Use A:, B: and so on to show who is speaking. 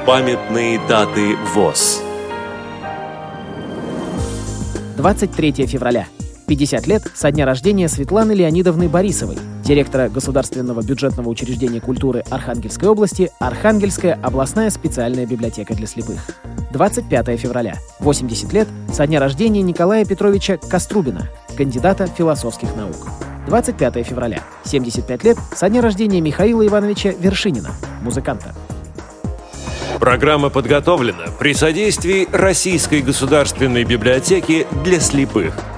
A: Памятные даты ВОС.
B: 23 февраля. 50 лет со дня рождения Светланы Леонидовны Борисовой, директора Государственного бюджетного учреждения культуры Архангельской области, Архангельская областная специальная библиотека для слепых. 25 февраля. 80 лет со дня рождения Николая Петровича Кострубина, кандидата философских наук. 25 февраля. 75 лет со дня рождения Михаила Ивановича Вершинина, музыканта.
A: Программа подготовлена при содействии Российской государственной библиотеки для слепых.